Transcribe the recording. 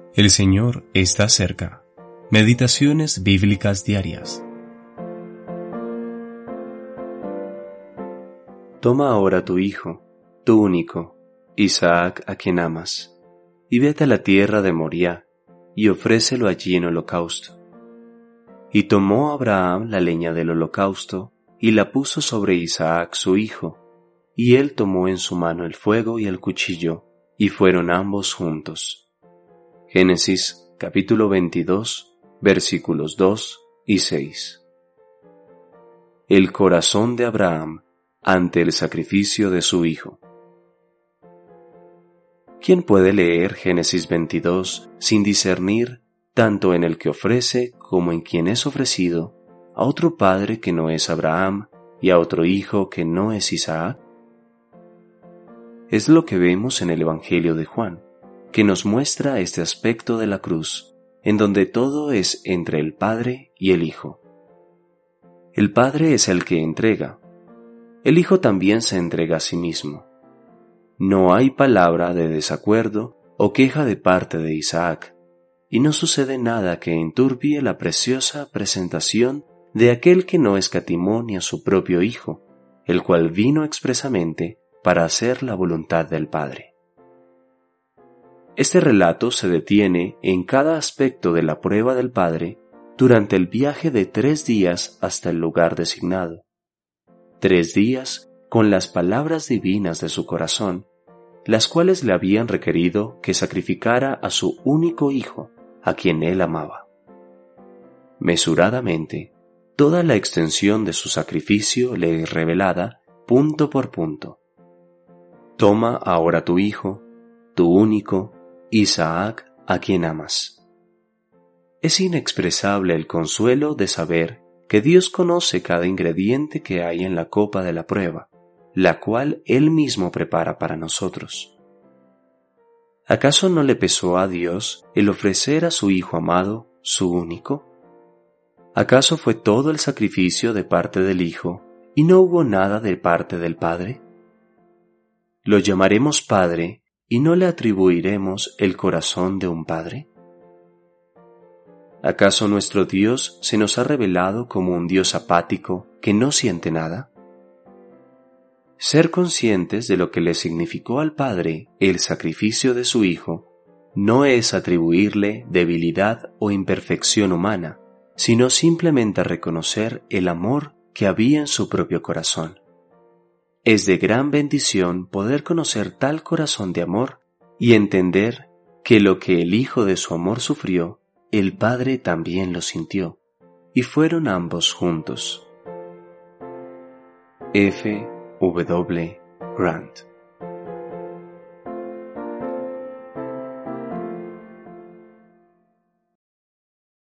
El Señor está cerca. Meditaciones bíblicas diarias. Toma ahora tu hijo, tu único, Isaac, a quien amas, y vete a la tierra de Moriah, y ofrécelo allí en holocausto. Y tomó Abraham la leña del holocausto, y la puso sobre Isaac su hijo, y él tomó en su mano el fuego y el cuchillo, y fueron ambos juntos. Génesis capítulo 22, versículos 2 y 6. El corazón de Abraham ante el sacrificio de su hijo. ¿Quién puede leer Génesis 22 sin discernir, tanto en el que ofrece como en quien es ofrecido, a otro padre que no es Abraham y a otro hijo que no es Isaac? Es lo que vemos en el Evangelio de Juan, que nos muestra este aspecto de la cruz, en donde todo es entre el Padre y el Hijo. El Padre es el que entrega. El Hijo también se entrega a sí mismo. No hay palabra de desacuerdo o queja de parte de Isaac, y no sucede nada que enturbie la preciosa presentación de aquel que no escatimó ni a su propio Hijo, el cual vino expresamente para hacer la voluntad del Padre. Este relato se detiene en cada aspecto de la prueba del Padre durante el viaje de 3 días hasta el lugar designado. 3 días con las palabras divinas de su corazón, las cuales le habían requerido que sacrificara a su único hijo, a quien él amaba. Mesuradamente, toda la extensión de su sacrificio le es revelada punto por punto. Toma ahora tu hijo, tu único, Isaac, a quien amas. Es inexpresable el consuelo de saber que Dios conoce cada ingrediente que hay en la copa de la prueba, la cual Él mismo prepara para nosotros. ¿Acaso no le pesó a Dios el ofrecer a su Hijo amado, su único? ¿Acaso fue todo el sacrificio de parte del Hijo y no hubo nada de parte del Padre? ¿Lo llamaremos Padre y no le atribuiremos el corazón de un padre? ¿Acaso nuestro Dios se nos ha revelado como un Dios apático que no siente nada? Ser conscientes de lo que le significó al Padre el sacrificio de su Hijo no es atribuirle debilidad o imperfección humana, sino simplemente reconocer el amor que había en su propio corazón. Es de gran bendición poder conocer tal corazón de amor y entender que lo que el Hijo de su amor sufrió, el Padre también lo sintió, y fueron ambos juntos. F. W. Grant.